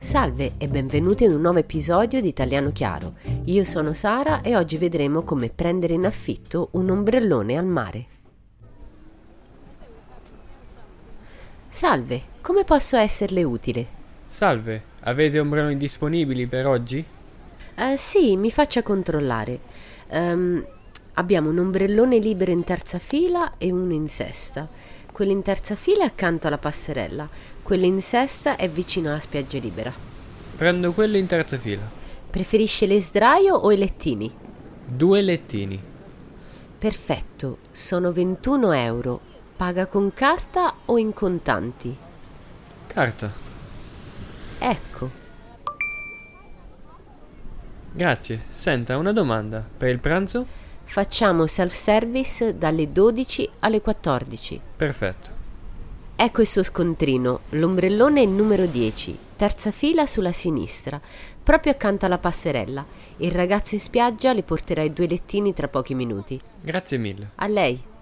Salve e benvenuti in un nuovo episodio di Italiano Chiaro. Io sono Sara e oggi vedremo come prendere in affitto un ombrellone al mare. Salve, come posso esserle utile? Salve, avete ombrelloni disponibili per oggi? Sì, mi faccia controllare. Abbiamo un ombrellone libero in terza fila e uno in sesta. Quello in terza fila è accanto alla passerella, quello in sesta è vicino alla spiaggia libera. Prendo quello in terza fila. Preferisce le sdraio o i lettini? 2 lettini. Perfetto, sono 21 euro. Paga con carta o in contanti? Carta. Ecco. Grazie. Senta, una domanda. Per il pranzo? Facciamo self-service dalle 12 alle 14. Perfetto. Ecco il suo scontrino. L'ombrellone è il numero 10, terza fila sulla sinistra, proprio accanto alla passerella. Il ragazzo in spiaggia le porterà i 2 lettini tra pochi minuti. Grazie mille. A lei.